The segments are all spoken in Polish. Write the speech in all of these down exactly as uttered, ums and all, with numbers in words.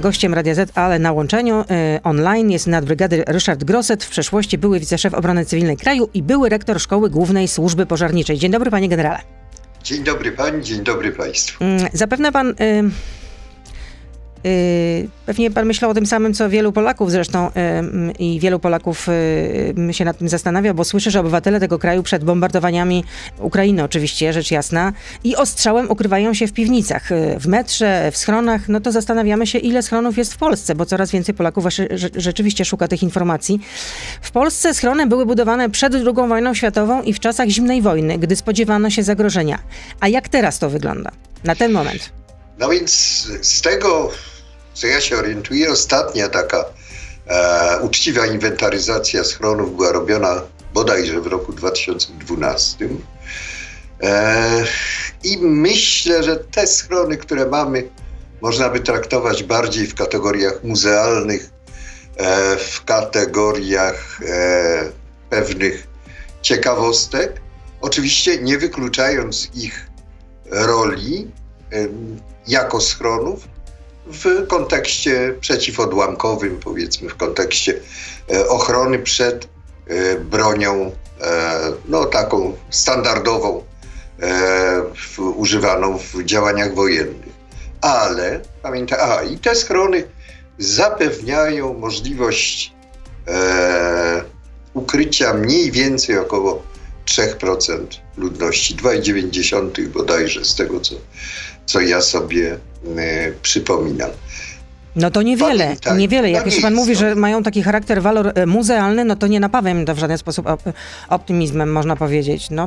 Gościem Radia Z, ale na łączeniu y, online jest nadbrygady Ryszard Grosset, w przeszłości były wiceszef obrony cywilnej kraju i były rektor Szkoły Głównej Służby Pożarniczej. Dzień dobry, panie generale. Dzień dobry pani, dzień dobry państwu. Y, zapewne pan... Y, Yy, pewnie pan myślał o tym samym, co wielu Polaków zresztą yy, i wielu Polaków yy, się nad tym zastanawia, bo słyszę, że obywatele tego kraju przed bombardowaniami Ukrainy oczywiście, rzecz jasna, i ostrzałem ukrywają się w piwnicach, yy, w metrze, w schronach. No to zastanawiamy się, ile schronów jest w Polsce, bo coraz więcej Polaków właśnie, że, rzeczywiście szuka tych informacji. W Polsce schrony były budowane przed drugą wojną światową i w czasach zimnej wojny, gdy spodziewano się zagrożenia. A jak teraz to wygląda? Na ten moment. No więc z tego, co ja się orientuję, ostatnia taka e, uczciwa inwentaryzacja schronów była robiona bodajże w roku dwa tysiące dwunastym. E, I myślę, że te schrony, które mamy, można by traktować bardziej w kategoriach muzealnych, e, w kategoriach e, pewnych ciekawostek, oczywiście nie wykluczając ich roli e, jako schronów, w kontekście przeciwodłamkowym, powiedzmy w kontekście e, ochrony przed e, bronią e, no taką standardową, e, w, używaną w działaniach wojennych. Ale, pamiętaj, a i te schrony zapewniają możliwość e, ukrycia mniej więcej około trzy procent ludności, dwa przecinek dziewięć bodajże z tego, co, co ja sobie y, przypominam. No to niewiele, Pamiętaj, niewiele. Jak no jeszcze nic, pan mówi, no. że mają taki charakter, walor e, muzealny, no to nie napawia mnie to w żaden sposób op- optymizmem, można powiedzieć. No.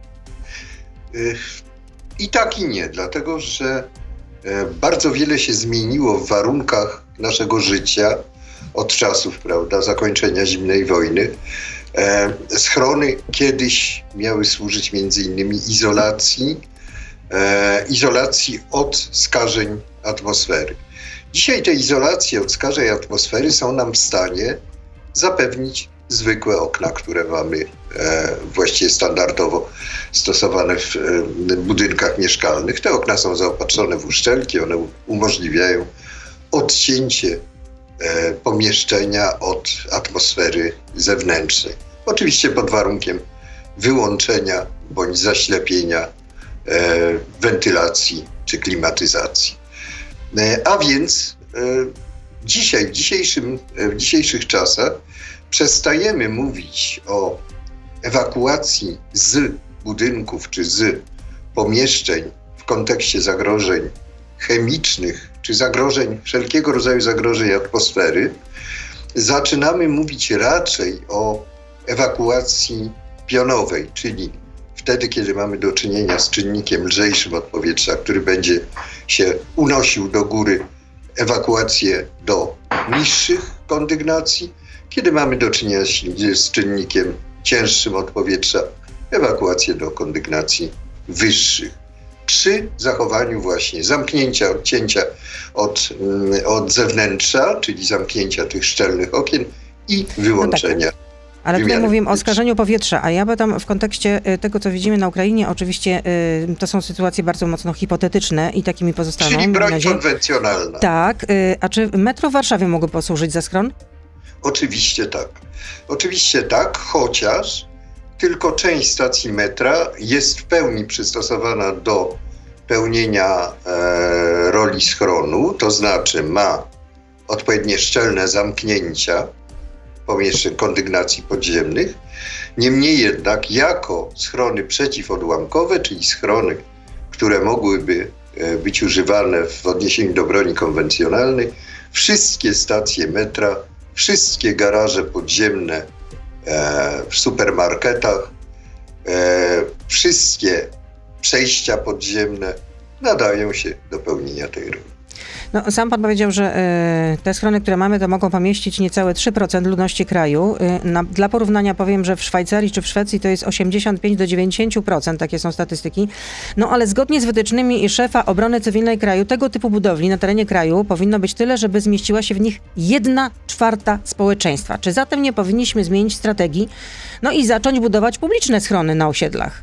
Y, I tak i nie, dlatego że y, bardzo wiele się zmieniło w warunkach naszego życia od czasów, prawda, zakończenia zimnej wojny. E, schrony kiedyś miały służyć między innymi izolacji, e, izolacji od skażeń atmosfery. Dzisiaj te izolacje od skażeń atmosfery są nam w stanie zapewnić zwykłe okna, które mamy e, właściwie standardowo stosowane w e, budynkach mieszkalnych. Te okna są zaopatrzone w uszczelki, one umożliwiają odcięcie e, pomieszczenia od atmosfery zewnętrznej. Oczywiście pod warunkiem wyłączenia bądź zaślepienia e, wentylacji czy klimatyzacji. E, a więc e, dzisiaj, w, dzisiejszym, w dzisiejszych czasach przestajemy mówić o ewakuacji z budynków czy z pomieszczeń w kontekście zagrożeń chemicznych czy zagrożeń, wszelkiego rodzaju zagrożeń atmosfery. Zaczynamy mówić raczej o ewakuacji pionowej, czyli wtedy, kiedy mamy do czynienia z czynnikiem lżejszym od powietrza, który będzie się unosił do góry, ewakuację do niższych kondygnacji, kiedy mamy do czynienia z czynnikiem cięższym od powietrza, ewakuację do kondygnacji wyższych. Przy zachowaniu właśnie zamknięcia, odcięcia od, od zewnętrza, czyli zamknięcia tych szczelnych okien i wyłączenia. No tak. Ale tutaj mówimy o skażeniu powietrza, a ja pytam w kontekście tego, co widzimy na Ukrainie, oczywiście y, to są sytuacje bardzo mocno hipotetyczne i takimi pozostaną. Czyli broń konwencjonalna. Tak. Y, a czy metro w Warszawie mogło posłużyć za schron? Oczywiście tak. Oczywiście tak, chociaż tylko część stacji metra jest w pełni przystosowana do pełnienia e, roli schronu, to znaczy ma odpowiednie szczelne zamknięcia pomieszczeń kondygnacji podziemnych. Niemniej jednak jako schrony przeciwodłamkowe, czyli schrony, które mogłyby e, być używane w odniesieniu do broni konwencjonalnej, wszystkie stacje metra, wszystkie garaże podziemne w supermarketach, e, wszystkie przejścia podziemne nadają się do pełnienia tej roli. No, sam pan powiedział, że y, te schrony, które mamy, to mogą pomieścić niecałe trzy procent ludności kraju. Y, na, dla porównania powiem, że w Szwajcarii czy w Szwecji to jest osiemdziesiąt pięć do dziewięćdziesięciu procent, takie są statystyki. No ale zgodnie z wytycznymi szefa obrony cywilnej kraju, tego typu budowli na terenie kraju powinno być tyle, żeby zmieściła się w nich jedna czwarta społeczeństwa. Czy zatem nie powinniśmy zmienić strategii, no i zacząć budować publiczne schrony na osiedlach?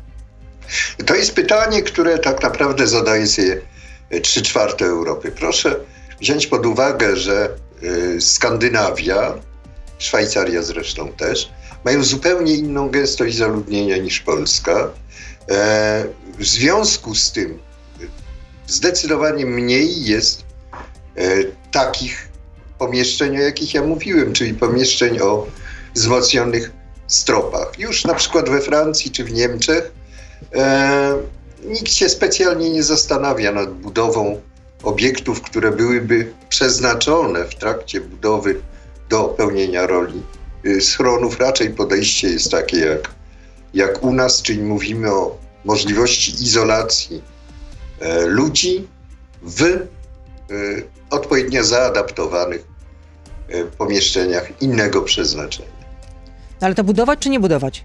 To jest pytanie, które tak naprawdę zadaje sobie trzy czwarte Europy. Proszę wziąć pod uwagę, że Skandynawia, Szwajcaria zresztą też, mają zupełnie inną gęstość zaludnienia niż Polska. W związku z tym zdecydowanie mniej jest takich pomieszczeń, o jakich ja mówiłem, czyli pomieszczeń o wzmocnionych stropach. Już na przykład we Francji czy w Niemczech e, nikt się specjalnie nie zastanawia nad budową obiektów, które byłyby przeznaczone w trakcie budowy do pełnienia roli schronów. Raczej podejście jest takie jak, jak u nas, czyli mówimy o możliwości izolacji e, ludzi w e, odpowiednio zaadaptowanych e, pomieszczeniach innego przeznaczenia. Ale to budować czy nie budować?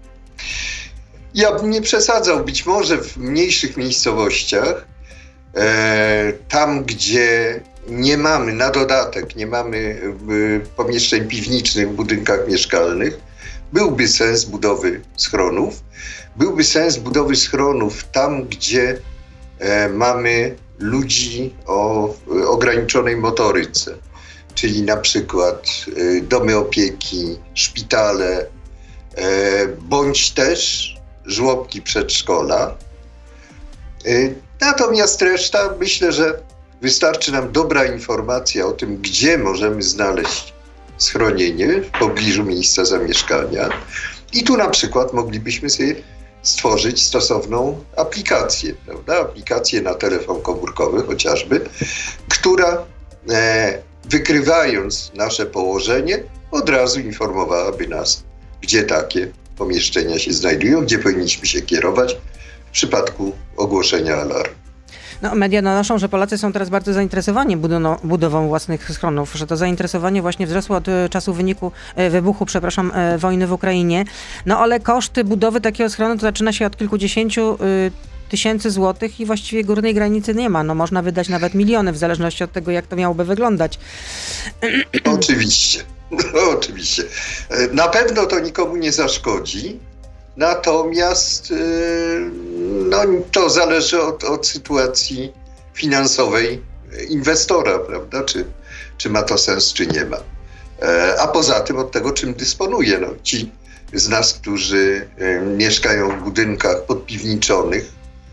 Ja bym nie przesadzał. Być może w mniejszych miejscowościach, e, tam gdzie nie mamy, na dodatek, nie mamy e, pomieszczeń piwniczych w budynkach mieszkalnych, byłby sens budowy schronów. Byłby sens budowy schronów tam, gdzie e, mamy ludzi o e, ograniczonej motoryce, czyli na przykład e, domy opieki, szpitale, e, bądź też żłobki, przedszkola. E, natomiast reszta, myślę, że wystarczy nam dobra informacja o tym, gdzie możemy znaleźć schronienie w pobliżu miejsca zamieszkania. I tu na przykład moglibyśmy sobie stworzyć stosowną aplikację, prawda? Aplikację na telefon komórkowy chociażby, która e, wykrywając nasze położenie, od razu informowałaby nas, gdzie takie pomieszczenia się znajdują, gdzie powinniśmy się kierować w przypadku ogłoszenia alarmu. No, media donoszą, że Polacy są teraz bardzo zainteresowani budono, budową własnych schronów, że to zainteresowanie właśnie wzrosło od czasu wyniku, wybuchu, przepraszam, wojny w Ukrainie. No ale koszty budowy takiego schronu to zaczyna się od kilkudziesięciu y, tysięcy złotych i właściwie górnej granicy nie ma. No można wydać nawet miliony w zależności od tego, jak to miałoby wyglądać. Oczywiście, no, oczywiście. Na pewno to nikomu nie zaszkodzi. Natomiast no, to zależy od, od sytuacji finansowej inwestora, prawda? Czy, czy ma to sens, czy nie ma. A poza tym od tego, czym dysponuje. No, ci z nas, którzy mieszkają w budynkach podpiwniczonych,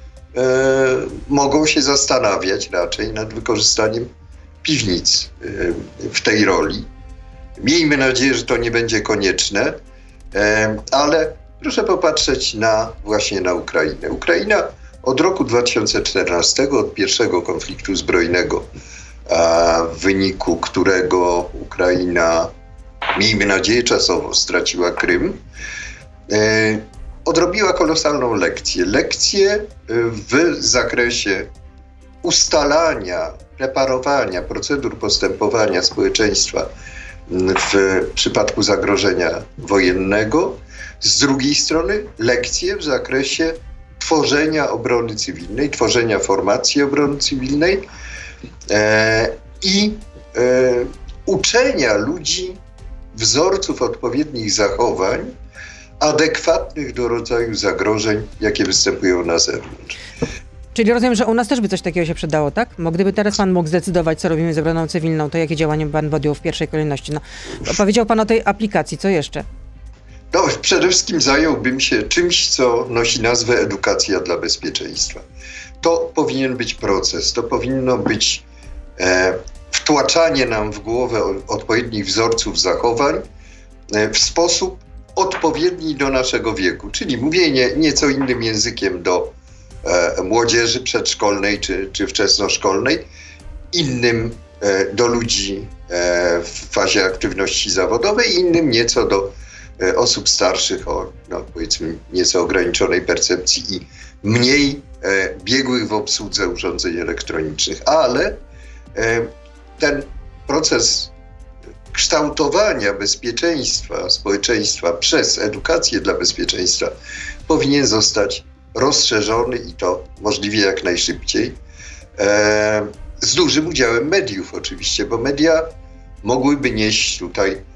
mogą się zastanawiać raczej nad wykorzystaniem piwnic w tej roli. Miejmy nadzieję, że to nie będzie konieczne, ale proszę popatrzeć na właśnie na Ukrainę. Ukraina od roku dwa tysiące czternastego, od pierwszego konfliktu zbrojnego, w wyniku którego Ukraina, miejmy nadzieję, czasowo straciła Krym, odrobiła kolosalną lekcję. Lekcję w zakresie ustalania, preparowania, procedur postępowania społeczeństwa w przypadku zagrożenia wojennego. Z drugiej strony lekcje w zakresie tworzenia obrony cywilnej, tworzenia formacji obrony cywilnej e, i e, uczenia ludzi wzorców odpowiednich zachowań adekwatnych do rodzaju zagrożeń, jakie występują na zewnątrz. Czyli rozumiem, że u nas też by coś takiego się przydało, tak? Bo gdyby teraz pan mógł zdecydować, co robimy z obroną cywilną, to jakie działanie pan podjął w pierwszej kolejności? No, powiedział pan o tej aplikacji, co jeszcze? No, przede wszystkim zająłbym się czymś, co nosi nazwę edukacja dla bezpieczeństwa. To powinien być proces, to powinno być e, wtłaczanie nam w głowę odpowiednich wzorców zachowań e, w sposób odpowiedni do naszego wieku, czyli mówienie nieco innym językiem do e, młodzieży przedszkolnej czy, czy wczesnoszkolnej, innym e, do ludzi e, w fazie aktywności zawodowej, innym nieco do osób starszych o, no, powiedzmy, nieco ograniczonej percepcji i mniej e, biegłych w obsłudze urządzeń elektronicznych. Ale e, ten proces kształtowania bezpieczeństwa społeczeństwa przez edukację dla bezpieczeństwa powinien zostać rozszerzony i to możliwie jak najszybciej. E, z dużym udziałem mediów oczywiście, bo media mogłyby nieść tutaj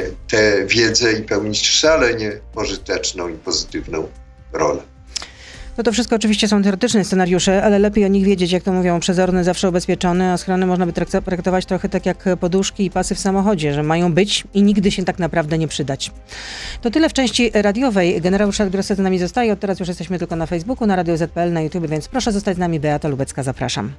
tę wiedzę i pełnić szalenie pożyteczną i pozytywną rolę. No to wszystko oczywiście są teoretyczne scenariusze, ale lepiej o nich wiedzieć, jak to mówią, przezorny zawsze ubezpieczony, a schrony można by traktować trochę tak jak poduszki i pasy w samochodzie, że mają być i nigdy się tak naprawdę nie przydać. To tyle w części radiowej. Generał Ryszard Grossette z nami zostaje, od teraz już jesteśmy tylko na Facebooku, na Radio Z P L, na YouTube, więc proszę zostać z nami. Beata Lubecka, zapraszam.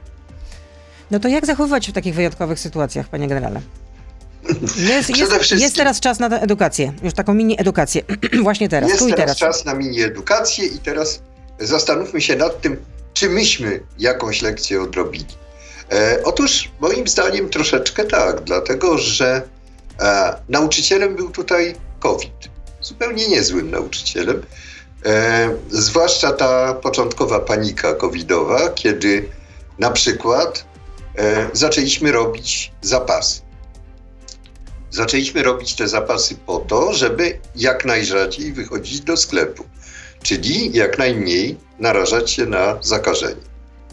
No to jak zachowywać się w takich wyjątkowych sytuacjach, panie generale? Jest, jest, jest teraz czas na edukację, już taką mini-edukację. Właśnie teraz, jest tu i teraz. teraz. czas na mini-edukację i teraz zastanówmy się nad tym, czy myśmy jakąś lekcję odrobili. E, otóż moim zdaniem troszeczkę tak, dlatego że e, nauczycielem był tutaj COVID. Zupełnie niezłym nauczycielem. E, zwłaszcza ta początkowa panika covidowa, kiedy na przykład e, zaczęliśmy robić zapasy. Zaczęliśmy robić te zapasy po to, żeby jak najrzadziej wychodzić do sklepu, czyli jak najmniej narażać się na zakażenie.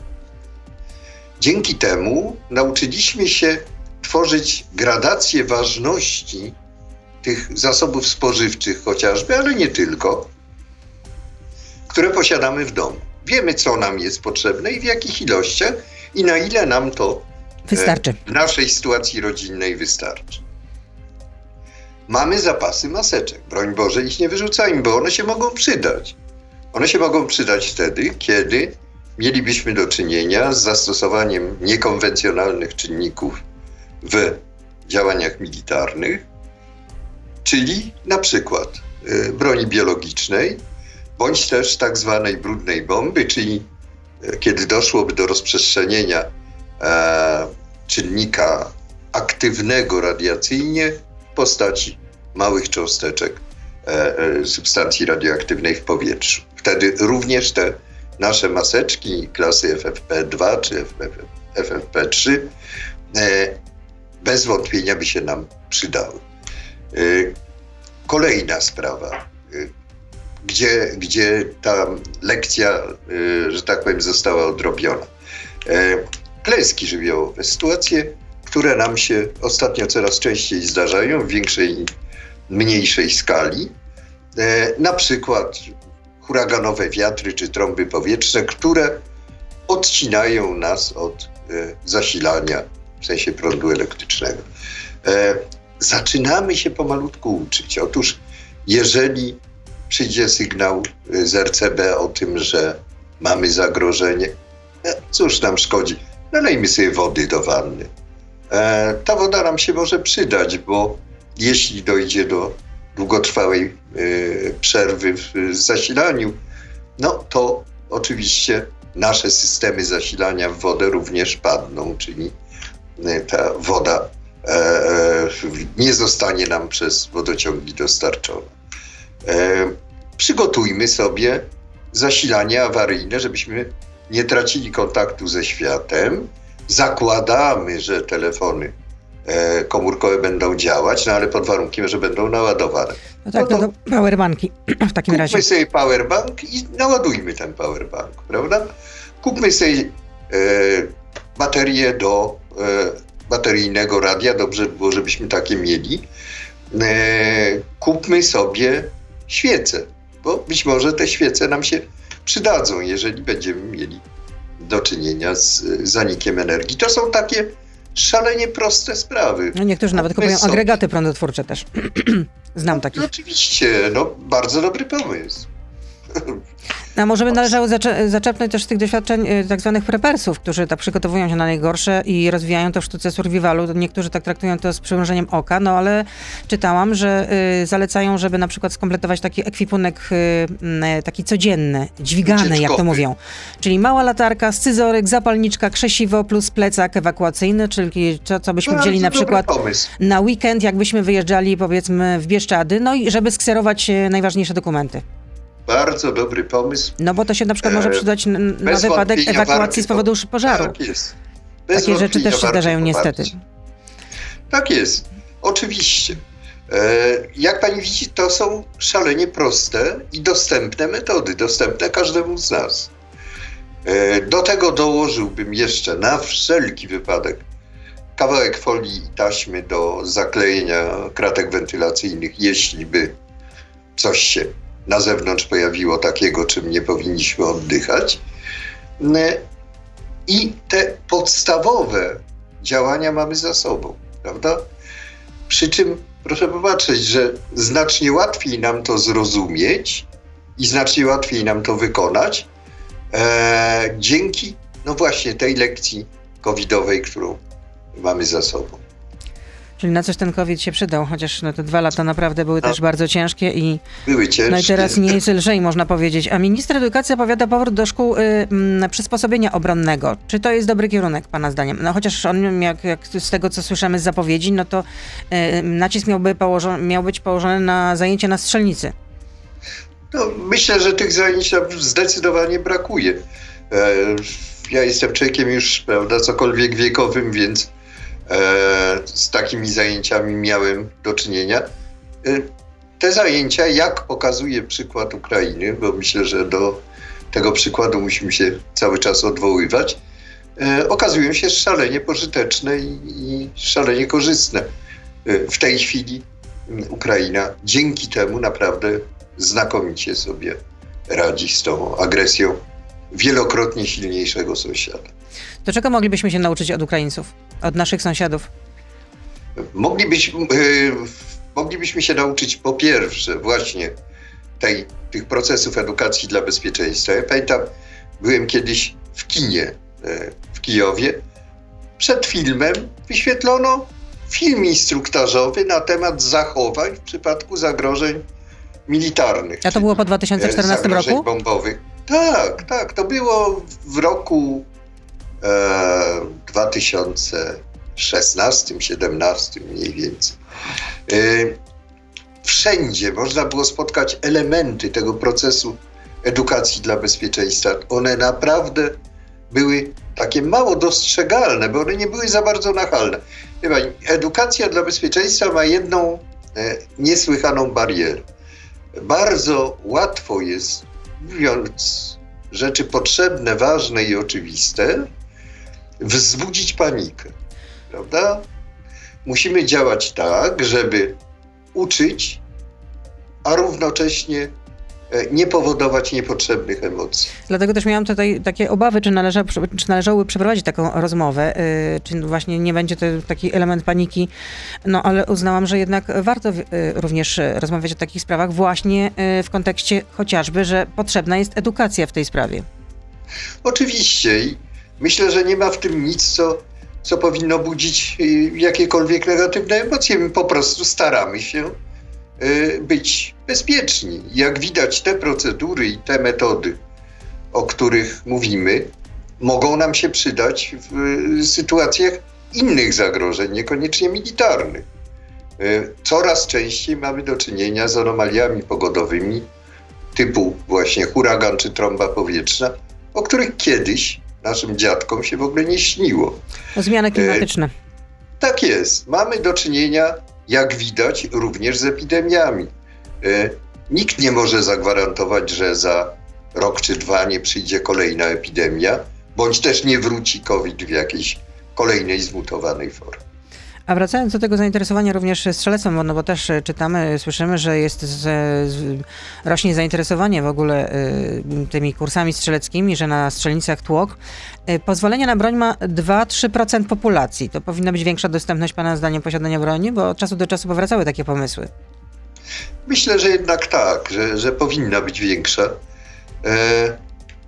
Dzięki temu nauczyliśmy się tworzyć gradację ważności tych zasobów spożywczych chociażby, ale nie tylko, które posiadamy w domu. Wiemy, co nam jest potrzebne i w jakich ilościach i na ile nam to wystarczy. W naszej sytuacji rodzinnej wystarczy. Mamy zapasy maseczek. Broń Boże, ich nie wyrzucajmy, bo one się mogą przydać. One się mogą przydać wtedy, kiedy mielibyśmy do czynienia z zastosowaniem niekonwencjonalnych czynników w działaniach militarnych, czyli na przykład y, broni biologicznej, bądź też tak zwanej brudnej bomby, czyli y, kiedy doszłoby do rozprzestrzenienia e, czynnika aktywnego radiacyjnie w postaci małych cząsteczek e, e, substancji radioaktywnej w powietrzu. Wtedy również te nasze maseczki klasy F F P dwa czy F F P trzy e, bez wątpienia by się nam przydały. E, kolejna sprawa, e, gdzie, gdzie ta lekcja, e, że tak powiem, została odrobiona. E, klęski żywiołowe, sytuacje, które nam się ostatnio coraz częściej zdarzają w większej, mniejszej skali. E, na przykład huraganowe wiatry czy trąby powietrzne, które odcinają nas od e, zasilania, w sensie prądu elektrycznego. E, zaczynamy się pomalutku uczyć. Otóż jeżeli przyjdzie sygnał z R C B o tym, że mamy zagrożenie, e, cóż nam szkodzi? Nalejmy sobie wody do wanny. E, ta woda nam się może przydać, bo jeśli dojdzie do długotrwałej y, przerwy w zasilaniu, no to oczywiście nasze systemy zasilania w wodę również padną, czyli y, ta woda e, e, nie zostanie nam przez wodociągi dostarczona. E, przygotujmy sobie zasilanie awaryjne, żebyśmy nie tracili kontaktu ze światem. Zakładamy, że telefony komórkowe będą działać, no ale pod warunkiem, że będą naładowane. No tak, no to powerbanki w takim razie. Kupmy sobie powerbank i naładujmy ten powerbank, prawda? Kupmy sobie e, baterię do e, bateryjnego radia, dobrze by było, żebyśmy takie mieli. E, kupmy sobie świece, bo być może te świece nam się przydadzą, jeżeli będziemy mieli do czynienia z zanikiem energii. To są takie szalenie proste sprawy. No niektórzy nawet kupują sobie agregaty prądotwórcze też. Znam takich. No, oczywiście, no bardzo dobry pomysł. A może by należało zacze- zaczerpnąć też z tych doświadczeń y, tak zwanych prepersów, którzy tak przygotowują się na najgorsze i rozwijają to w sztuce survivalu. Niektórzy tak traktują to z przymrużeniem oka, no ale czytałam, że y, zalecają, żeby na przykład skompletować taki ekwipunek y, y, taki codzienny, dźwigany, Ucieczkowy. jak to mówią. Czyli mała latarka, scyzoryk, zapalniczka, krzesiwo plus plecak ewakuacyjny, czyli to, co byśmy No, wzięli na przykład pomysł. na weekend, jakbyśmy wyjeżdżali powiedzmy w Bieszczady, no i żeby skserować y, najważniejsze dokumenty. Bardzo dobry pomysł. No bo to się na przykład może przydać na, na Bez wypadek ewakuacji z powodu to, pożaru. Tak jest. Bez Takie rzeczy też się zdarzają niestety. Tak jest. Oczywiście. E, jak pani widzi, to są szalenie proste i dostępne metody, dostępne każdemu z nas. E, do tego dołożyłbym jeszcze na wszelki wypadek kawałek folii i taśmy do zaklejenia kratek wentylacyjnych, jeśli by coś się na zewnątrz pojawiło takiego, czym nie powinniśmy oddychać. I te podstawowe działania mamy za sobą, prawda? Przy czym proszę popatrzeć, że znacznie łatwiej nam to zrozumieć i znacznie łatwiej nam to wykonać e, dzięki, no właśnie, tej lekcji covidowej, którą mamy za sobą. Czyli na coś ten COVID się przydał, chociaż no, te dwa lata naprawdę były no, też bardzo ciężkie i były ciężkie. No i teraz nie jest lżej, można powiedzieć. A minister edukacji zapowiada powrót do szkół y, y, przysposobienia obronnego. Czy to jest dobry kierunek, pana zdaniem? No chociaż on, jak, jak z tego, co słyszymy z zapowiedzi, no to y, nacisk miałby położony, miał być położony na zajęcia na strzelnicy. No, myślę, że tych zajęć zdecydowanie brakuje. E, ja jestem człowiekiem już, prawda, cokolwiek wiekowym, więc z takimi zajęciami miałem do czynienia. Te zajęcia, jak pokazuje przykład Ukrainy, bo myślę, że do tego przykładu musimy się cały czas odwoływać, okazują się szalenie pożyteczne i szalenie korzystne. W tej chwili Ukraina dzięki temu naprawdę znakomicie sobie radzi z tą agresją wielokrotnie silniejszego sąsiada. To czego moglibyśmy się nauczyć od Ukraińców, od naszych sąsiadów? Moglibyśmy, yy, moglibyśmy się nauczyć po pierwsze właśnie tej, tych procesów edukacji dla bezpieczeństwa. Ja pamiętam, byłem kiedyś w kinie yy, w Kijowie. Przed filmem wyświetlono film instruktażowy na temat zachowań w przypadku zagrożeń militarnych. A to było po dwa tysiące czternastym zagrożeń roku? bombowych. Tak, tak. To było w roku e, dwa tysiące szesnastym, siedemnastym mniej więcej. E, wszędzie można było spotkać elementy tego procesu edukacji dla bezpieczeństwa. One naprawdę były takie mało dostrzegalne, bo one nie były za bardzo nachalne. Wie pani, edukacja dla bezpieczeństwa ma jedną e, niesłychaną barierę. Bardzo łatwo jest, mówiąc rzeczy potrzebne, ważne i oczywiste, wzbudzić panikę, prawda? Musimy działać tak, żeby uczyć, a równocześnie nie powodować niepotrzebnych emocji. Dlatego też miałam tutaj takie obawy, czy, należa, czy należałoby przeprowadzić taką rozmowę, yy, czy właśnie nie będzie to taki element paniki, no ale uznałam, że jednak warto yy, również rozmawiać o takich sprawach właśnie yy, w kontekście chociażby, że potrzebna jest edukacja w tej sprawie. Oczywiście i myślę, że nie ma w tym nic, co, co powinno budzić yy, jakiekolwiek negatywne emocje. My po prostu staramy się być bezpieczni. Jak widać, te procedury i te metody, o których mówimy, mogą nam się przydać w sytuacjach innych zagrożeń, niekoniecznie militarnych. Coraz częściej mamy do czynienia z anomaliami pogodowymi typu właśnie huragan czy trąba powietrzna, o których kiedyś naszym dziadkom się w ogóle nie śniło. Zmiany klimatyczne. E, tak jest. Mamy do czynienia, jak widać, również z epidemiami. E, nikt nie może zagwarantować, że za rok czy dwa nie przyjdzie kolejna epidemia, bądź też nie wróci COVID w jakiejś kolejnej zmutowanej formie. A wracając do tego zainteresowania również strzelectwem, no bo też czytamy, słyszymy, że jest z, z, rośnie zainteresowanie w ogóle y, tymi kursami strzeleckimi, że na strzelnicach tłok. Y, pozwolenie na broń ma dwa do trzech procent populacji. To powinna być większa dostępność pana zdaniem posiadania broni, bo od czasu do czasu powracały takie pomysły. Myślę, że jednak tak, że, że powinna być większa. E,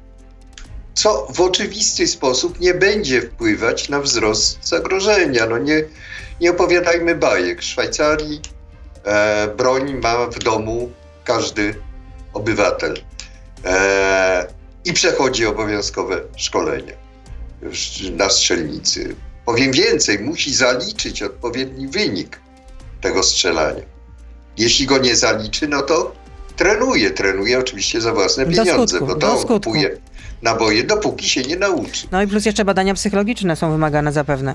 co w oczywisty sposób nie będzie wpływać na wzrost zagrożenia. No nie, nie opowiadajmy bajek. W Szwajcarii e, broń ma w domu każdy obywatel e, i przechodzi obowiązkowe szkolenie na strzelnicy. Powiem więcej, musi zaliczyć odpowiedni wynik tego strzelania. Jeśli go nie zaliczy, no to trenuje. Trenuje oczywiście za własne pieniądze, skutku, bo to kupuje naboje, dopóki się nie nauczy. No i plus jeszcze badania psychologiczne są wymagane zapewne.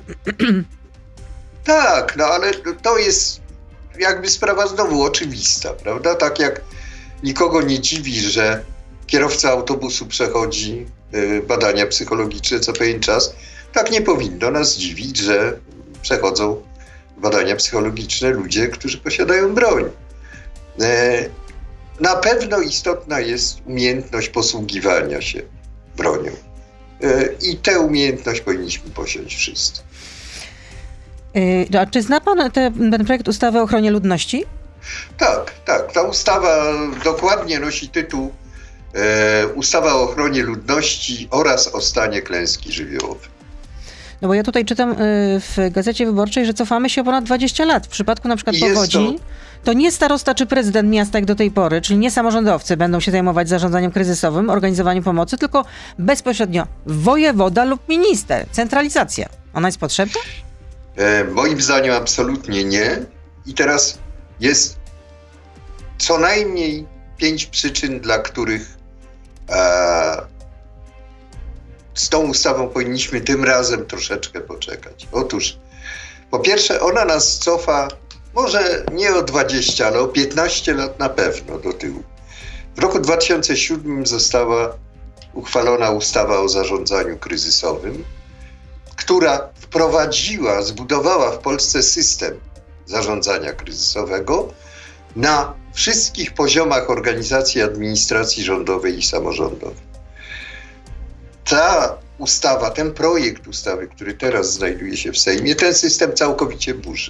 Tak, no ale to jest jakby sprawa znowu oczywista, prawda? Tak jak nikogo nie dziwi, że kierowca autobusu przechodzi y, badania psychologiczne co pewien czas, tak nie powinno nas dziwić, że przechodzą badania psychologiczne ludzie, którzy posiadają broń. E, na pewno istotna jest umiejętność posługiwania się bronią. I tę umiejętność powinniśmy posiąść wszyscy. Yy, a czy zna pan te, ten projekt ustawy o ochronie ludności? Tak, tak. Ta ustawa dokładnie nosi tytuł e, Ustawa o ochronie ludności oraz o stanie klęski żywiołowej. No bo ja tutaj czytam y, w Gazecie Wyborczej, że cofamy się o ponad dwadzieścia lat. W przypadku na przykład powodzi, to... to nie starosta czy prezydent miasta jak do tej pory, czyli nie samorządowcy będą się zajmować zarządzaniem kryzysowym, organizowaniem pomocy, tylko bezpośrednio wojewoda lub minister. Centralizacja. Ona jest potrzebna? E, moim zdaniem absolutnie nie. I teraz jest co najmniej pięć przyczyn, dla których e, z tą ustawą powinniśmy tym razem troszeczkę poczekać. Otóż, po pierwsze, ona nas cofa może nie o dwadzieścia, ale o piętnaście lat na pewno do tyłu. W roku dwa tysiące siódmym została uchwalona ustawa o zarządzaniu kryzysowym, która wprowadziła, zbudowała w Polsce system zarządzania kryzysowego na wszystkich poziomach organizacji administracji rządowej i samorządowej. Ta ustawa, ten projekt ustawy, który teraz znajduje się w Sejmie, ten system całkowicie burzy.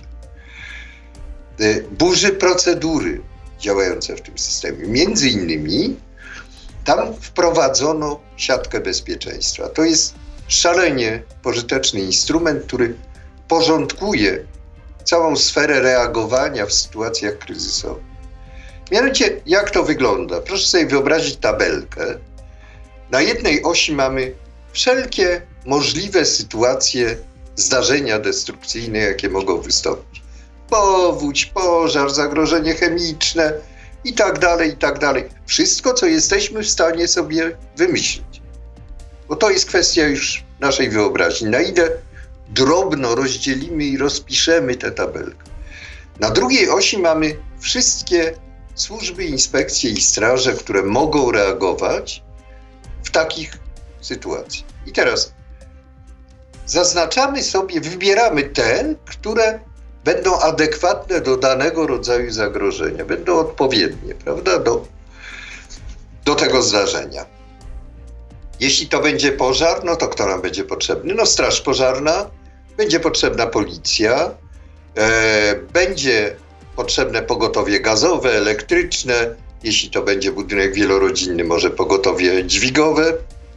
Burzy procedury działające w tym systemie. Między innymi tam wprowadzono siatkę bezpieczeństwa. To jest szalenie pożyteczny instrument, który porządkuje całą sferę reagowania w sytuacjach kryzysowych. Mianowicie, jak to wygląda? Proszę sobie wyobrazić tabelkę. Na jednej osi mamy wszelkie możliwe sytuacje, zdarzenia destrukcyjne, jakie mogą wystąpić. Powódź, pożar, zagrożenie chemiczne i tak dalej, i tak dalej. Wszystko, co jesteśmy w stanie sobie wymyślić. Bo to jest kwestia już naszej wyobraźni. Na ile drobno rozdzielimy i rozpiszemy tę tabelkę. Na drugiej osi mamy wszystkie służby, inspekcje i straże, które mogą reagować w takich sytuacjach. I teraz zaznaczamy sobie, wybieramy te, które będą adekwatne do danego rodzaju zagrożenia, będą odpowiednie, prawda, do, do tego zdarzenia. Jeśli to będzie pożar, no to kto nam będzie potrzebny? No straż pożarna, będzie potrzebna policja, e, będzie potrzebne pogotowie gazowe, elektryczne, jeśli to będzie budynek wielorodzinny, może pogotowie dźwigowe.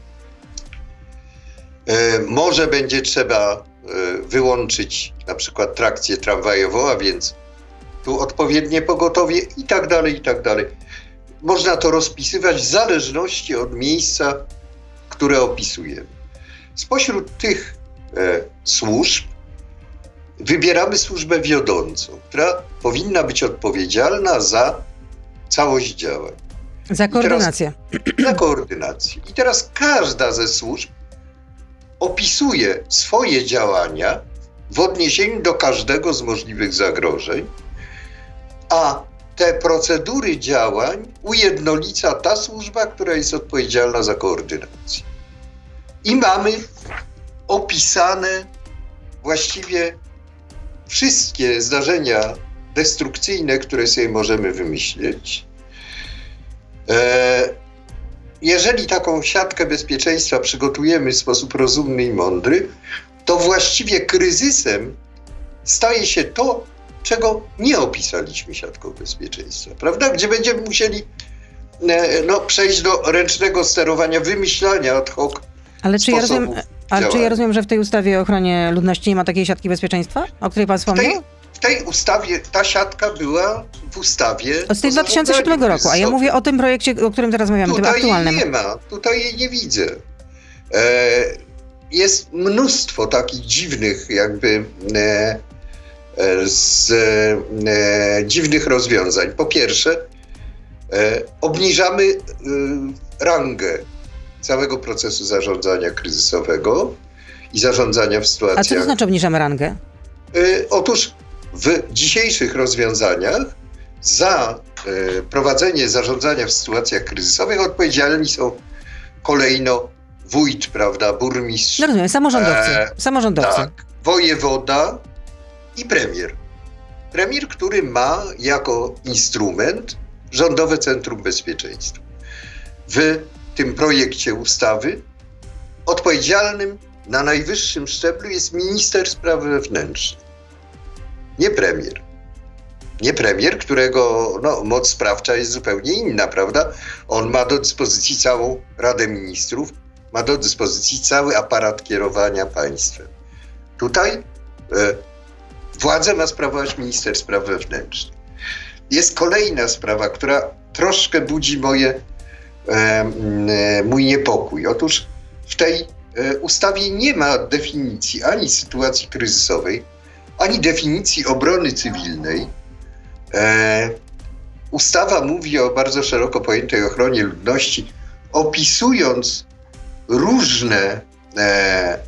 E, może będzie trzeba e, wyłączyć na przykład trakcję tramwajową, a więc tu odpowiednie pogotowie i tak dalej, i tak dalej. Można to rozpisywać w zależności od miejsca, które opisujemy. Spośród tych e, służb wybieramy służbę wiodącą, która powinna być odpowiedzialna za całość działań. Za koordynację. Teraz, za koordynację. I teraz każda ze służb opisuje swoje działania w odniesieniu do każdego z możliwych zagrożeń, a te procedury działań ujednolica ta służba, która jest odpowiedzialna za koordynację. I mamy opisane właściwie wszystkie zdarzenia destrukcyjne, które sobie możemy wymyślić. Jeżeli taką siatkę bezpieczeństwa przygotujemy w sposób rozumny i mądry, to właściwie kryzysem staje się to, czego nie opisaliśmy siatką bezpieczeństwa, prawda? Gdzie będziemy musieli no, przejść do ręcznego sterowania, wymyślania ad hoc. Ale czy ja rozumiem, ale czy ja rozumiem, że w tej ustawie o ochronie ludności nie ma takiej siatki bezpieczeństwa, o której pan wspomniał? W tej, w tej ustawie, ta siatka była w ustawie... Z tej dwa tysiące siódmego roku, a ja mówię o tym projekcie, o którym teraz rozmawiamy, tym aktualnym. Tutaj jej nie ma, tutaj jej nie widzę. E, jest mnóstwo takich dziwnych jakby... E, z e, dziwnych rozwiązań. Po pierwsze, e, obniżamy e, rangę całego procesu zarządzania kryzysowego i zarządzania w sytuacjach... A co to znaczy obniżamy rangę? E, otóż w dzisiejszych rozwiązaniach za e, prowadzenie zarządzania w sytuacjach kryzysowych odpowiedzialni są kolejno wójt, prawda, burmistrz. No rozumiem, samorządowcy. E, samorządowcy. Tak, wojewoda i premier. Premier, który ma jako instrument Rządowe Centrum Bezpieczeństwa. W tym projekcie ustawy odpowiedzialnym na najwyższym szczeblu jest minister spraw wewnętrznych, nie premier. Nie premier, którego no, moc sprawcza jest zupełnie inna, prawda? On ma do dyspozycji całą Radę Ministrów, ma do dyspozycji cały aparat kierowania państwem. Tutaj e, władzę ma sprawować minister spraw wewnętrznych. Jest kolejna sprawa, która troszkę budzi moje, e, e, mój niepokój. Otóż w tej e, ustawie nie ma definicji ani sytuacji kryzysowej, ani definicji obrony cywilnej. E, ustawa mówi o bardzo szeroko pojętej ochronie ludności, opisując różne e,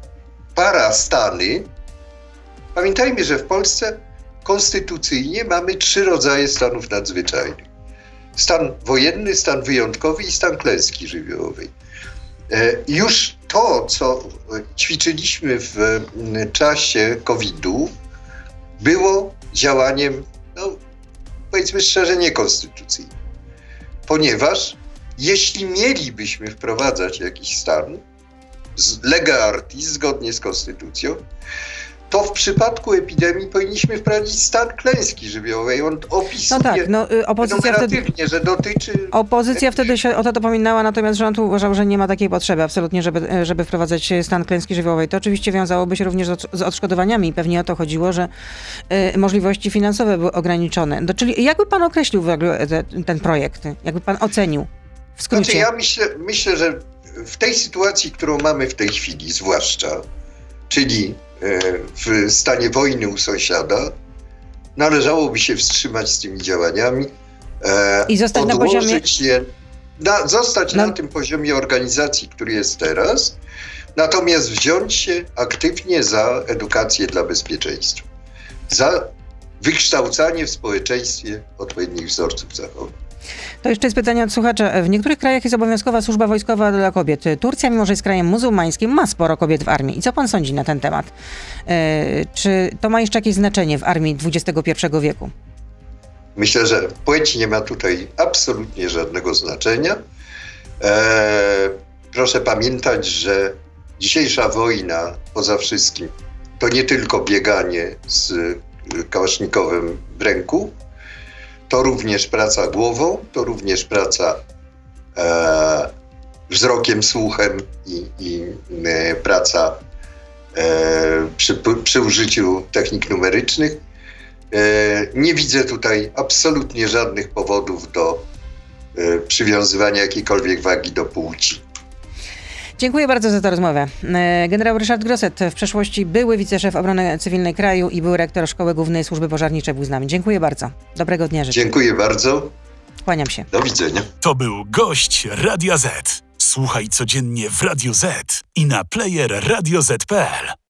parastany. Pamiętajmy, że w Polsce konstytucyjnie mamy trzy rodzaje stanów nadzwyczajnych. Stan wojenny, stan wyjątkowy i stan klęski żywiołowej. E, już to, co ćwiczyliśmy w czasie kowidu, było działaniem, no, powiedzmy szczerze, niekonstytucyjnym. Ponieważ jeśli mielibyśmy wprowadzać jakiś stan z lega artis, zgodnie z konstytucją, to w przypadku epidemii powinniśmy wprowadzić stan klęski żywiołowej. On opisuje no tak, no, opozycja wtedy, że dotyczy... Opozycja wtedy się o to dopominała, natomiast rząd uważał, że nie ma takiej potrzeby absolutnie, żeby, żeby wprowadzać stan klęski żywiołowej. To oczywiście wiązałoby się również z odszkodowaniami i pewnie o to chodziło, że y, możliwości finansowe były ograniczone. Do, czyli jakby pan określił w ogóle te, ten projekt? Jakby pan ocenił w skrócie? Znaczy ja myślę, myślę, że w tej sytuacji, którą mamy w tej chwili zwłaszcza, czyli w stanie wojny u sąsiada, należałoby się wstrzymać z tymi działaniami. E, I zostać na poziomie... Je, na, zostać no. na tym poziomie organizacji, który jest teraz, natomiast wziąć się aktywnie za edukację dla bezpieczeństwa. Za wykształcanie w społeczeństwie odpowiednich wzorców zachowań. To jeszcze jest pytanie od słuchacza. W niektórych krajach jest obowiązkowa służba wojskowa dla kobiet. Turcja, mimo że jest krajem muzułmańskim, ma sporo kobiet w armii. I co pan sądzi na ten temat? E, czy to ma jeszcze jakieś znaczenie w armii dwudziestego pierwszego wieku? Myślę, że płeć nie ma tutaj absolutnie żadnego znaczenia. E, proszę pamiętać, że dzisiejsza wojna, poza wszystkim, to nie tylko bieganie z kałasznikowym w ręku, to również praca głową, to również praca e, wzrokiem, słuchem i, i e, praca e, przy, przy użyciu technik numerycznych. E, nie widzę tutaj absolutnie żadnych powodów do e, przywiązywania jakiejkolwiek wagi do płci. Dziękuję bardzo za tę rozmowę. Generał Ryszard Grosset, w przeszłości były wiceszef obrony cywilnej kraju i był rektor Szkoły Głównej Służby Pożarniczej, był z nami. Dziękuję bardzo. Dobrego dnia życzę. Dziękuję bardzo. Kłaniam się. Do widzenia. To był gość Radia Z. Słuchaj codziennie w Radio Z i na player radio zet kropka pe el.